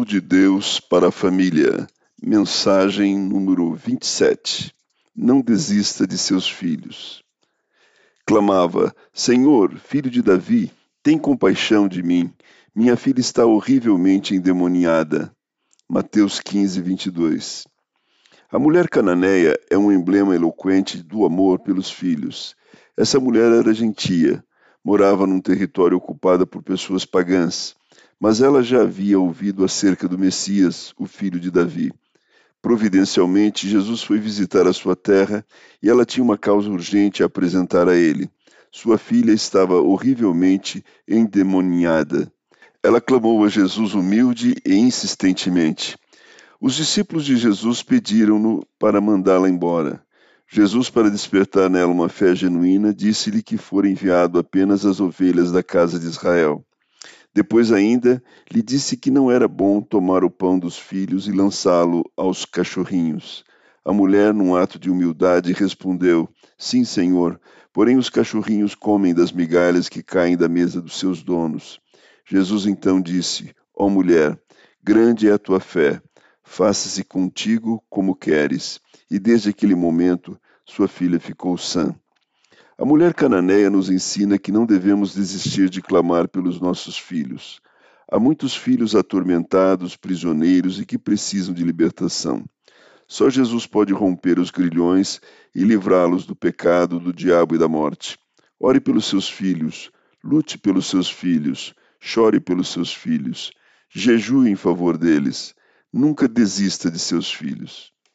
Apelo de Deus para a família. Mensagem número 27. Não desista de seus filhos. Clamava: Senhor, filho de Davi, tem compaixão de mim. Minha filha está horrivelmente endemoniada. Mateus 15, 22. A mulher cananeia é um emblema eloquente do amor pelos filhos. Essa mulher era gentia, morava num território ocupado por pessoas pagãs, mas ela já havia ouvido acerca do Messias, o filho de Davi. Providencialmente, Jesus foi visitar a sua terra e ela tinha uma causa urgente a apresentar a ele. Sua filha estava horrivelmente endemoniada. Ela clamou a Jesus humilde e insistentemente. Os discípulos de Jesus pediram-no para mandá-la embora. Jesus, para despertar nela uma fé genuína, disse-lhe que fora enviado apenas às ovelhas da casa de Israel. Depois ainda, lhe disse que não era bom tomar o pão dos filhos e lançá-lo aos cachorrinhos. A mulher, num ato de humildade, respondeu: Sim, Senhor, porém os cachorrinhos comem das migalhas que caem da mesa dos seus donos. Jesus então disse: Ó mulher, grande é a tua fé. Faça-se contigo como queres. E desde aquele momento, sua filha ficou sã. A mulher cananeia nos ensina que não devemos desistir de clamar pelos nossos filhos. Há muitos filhos atormentados, prisioneiros e que precisam de libertação. Só Jesus pode romper os grilhões e livrá-los do pecado, do diabo e da morte. Ore pelos seus filhos, lute pelos seus filhos, chore pelos seus filhos, jejue em favor deles. Nunca desista de seus filhos.